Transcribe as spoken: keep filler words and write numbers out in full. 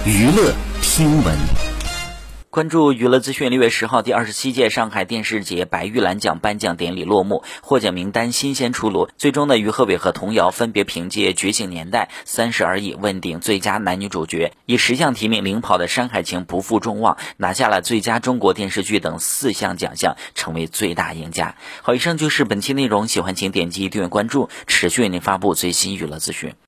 娱乐听闻。 关注娱乐资讯，六月十号，第二十七届上海电视节白玉兰奖颁奖典礼落幕，获奖名单新鲜出炉。最终呢，于和伟和童瑶分别凭借《觉醒年代》《三十而已》问鼎最佳男女主角，以十项提名领跑的《山海情》不负众望，拿下了最佳中国电视剧等四项奖项，成为最大赢家。好，以上就是本期内容，喜欢请点击订阅关注，持续为您发布最新娱乐资讯。